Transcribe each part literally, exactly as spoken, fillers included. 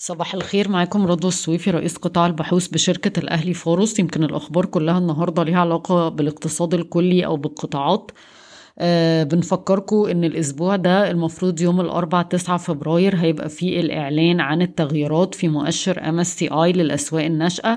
صباح الخير، معاكم رضوى السويفي رئيس قطاع البحوث بشركة الأهلي فورس. يمكن الأخبار كلها النهاردة ليها علاقة بالاقتصاد الكلي أو بالقطاعات. أه بنفكركم إن الأسبوع ده المفروض يوم الأربعاء تسعة فبراير هيبقى فيه الإعلان عن التغييرات في مؤشر إم إس سي آي للأسواق الناشئة،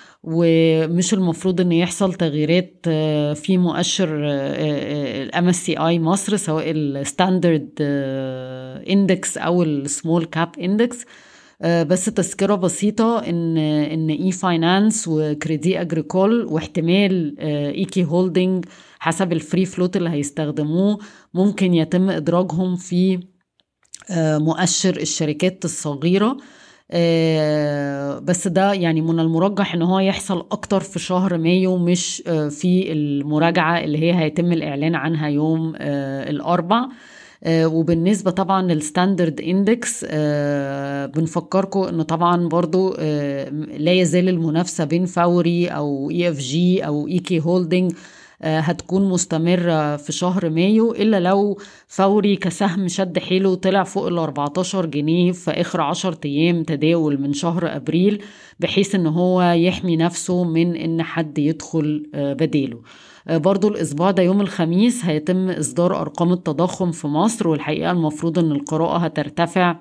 ومش المفروض ان يحصل تغييرات آه، في مؤشر الام اس سي اي مصر، سواء الستاندرد اندكس او السمول كاب اندكس. بس تذكرة بسيطة ان ان اي فاينانس وكريدي اجريكول واحتمال آه، ايكي هولدنج حسب الفري فلوت اللي هيستخدموه ممكن يتم ادراجهم في آه، مؤشر الشركات الصغيرة. آه، بس ده يعني من المرجح ان هو يحصل اكتر في شهر مايو، مش آه، في المراجعة اللي هي هيتم الاعلان عنها يوم آه، الاربع. آه، وبالنسبة طبعا للستاندرد اندكس، آه، بنفكركم انه طبعا برضو آه، لا يزال المنافسة بين فوري او اي اف جي او ايكي هولدنج آه، هتكون مستمرة في شهر مايو، إلا لو فوري كسهم شد حيله وطلع فوق ال أربعتاشر جنيه في آخر عشر أيام تداول من شهر أبريل، بحيث إن هو يحمي نفسه من إن حد يدخل آه، بداله. آه، برضو الأسبوع ده يوم الخميس هيتم إصدار أرقام التضخم في مصر، والحقيقة المفروض إن القراءة هترتفع،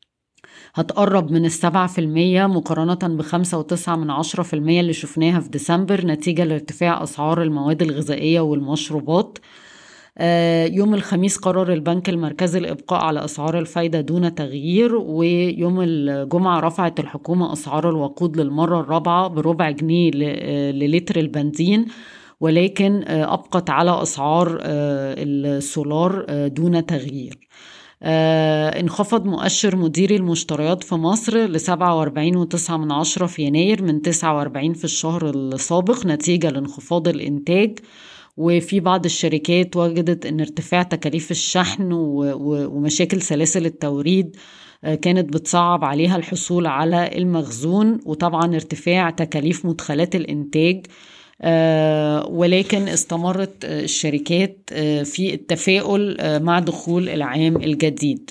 هتقرب من السبعة في المية مقارنة بخمسة وتسعة من عشرة في المية اللي شفناها في ديسمبر، نتيجة لارتفاع أسعار المواد الغذائية والمشروبات. آه، يوم الخميس قرر البنك المركزي الإبقاء على أسعار الفايدة دون تغيير، ويوم الجمعة رفعت الحكومة أسعار الوقود للمرة الرابعة بربع جنيه ل- آه، للتر البنزين، ولكن آه، أبقت على أسعار آه، السولار آه، دون تغيير. آه انخفض مؤشر مديري المشتريات في مصر لسبعة وأربعين وتسعة من عشرة في يناير من تسعة وأربعين في الشهر السابق، نتيجة لانخفاض الإنتاج. وفي بعض الشركات وجدت أن ارتفاع تكاليف الشحن و- و- ومشاكل سلاسل التوريد آه، كانت بتصعب عليها الحصول على المخزون، وطبعا ارتفاع تكاليف مدخلات الإنتاج. آه، ولكن استمرت آه، الشركات آه، في التفاؤل آه، مع دخول العام الجديد.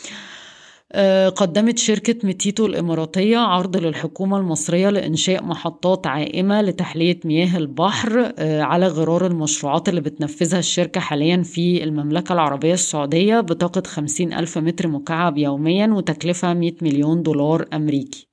آه، قدمت شركة ميتيتو الإماراتية عرض للحكومة المصرية لإنشاء محطات عائمة لتحلية مياه البحر آه، على غرار المشروعات اللي بتنفذها الشركة حاليا في المملكة العربية السعودية بطاقة خمسين ألف متر مكعب يوميا، وتكلفة مئة مليون دولار أمريكي.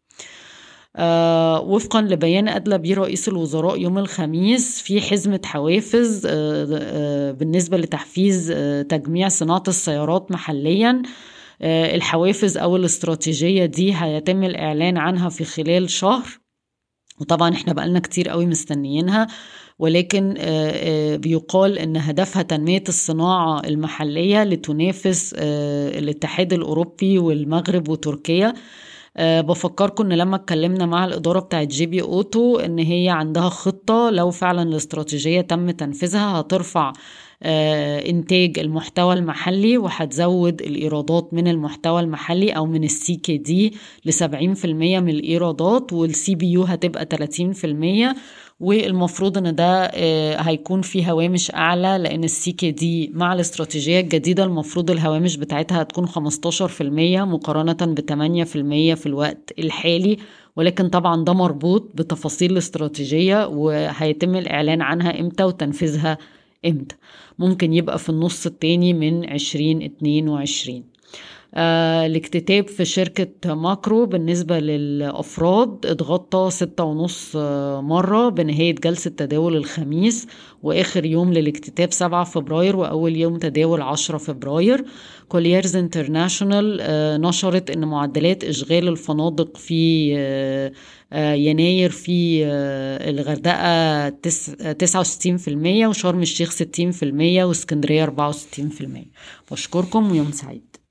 آه وفقا لبيان أدلى بيه رئيس الوزراء يوم الخميس، في حزمة حوافز آه آه بالنسبة لتحفيز آه تجميع صناعة السيارات محليا. آه الحوافز أو الاستراتيجية دي هيتم الإعلان عنها في خلال شهر، وطبعا احنا بقالنا كتير قوي مستنيينها، ولكن آه، آه، بيقال ان هدفها تنمية الصناعة المحلية لتنافس آه، الاتحاد الأوروبي والمغرب وتركيا. أه بفكركم ان لما اتكلمنا مع الإدارة بتاعت جي بي أوتو ان هي عندها خطة، لو فعلا الاستراتيجية تم تنفيذها هترفع أه انتاج المحتوى المحلي، وهتزود الإيرادات من المحتوى المحلي او من السي كي دي لسبعين في المية من الإيرادات، والسي بي يو هتبقى تلاتين في المية. والمفروض ان ده آه، هيكون في هوامش اعلى، لان السي كي دي مع الاستراتيجية الجديدة المفروض الهوامش بتاعتها هتكون خمستاشر في المية مقارنة ب ثمانية في المية في الوقت الحالي. ولكن طبعا ده مربوط بتفاصيل الاستراتيجية، وهيتم الاعلان عنها امتى وتنفيذها امتى. ممكن يبقى في النص التاني من عشرين اتنين وعشرين. آه الاكتتاب في شركة ماكرو بالنسبة للأفراد اتغطى ستة ونص آه، مرة بنهاية جلسة تداول الخميس، وآخر يوم للاكتتاب سبعة فبراير، وأول يوم تداول عشرة فبراير. كوليرز انترناشونال آه نشرت أن معدلات إشغال الفنادق في آه آه يناير في آه الغردقة تسعة وستين في المية، وشرم الشيخ ستين في المية، واسكندرية أربعة وستين في المية. بشكركم ويوم سعيد.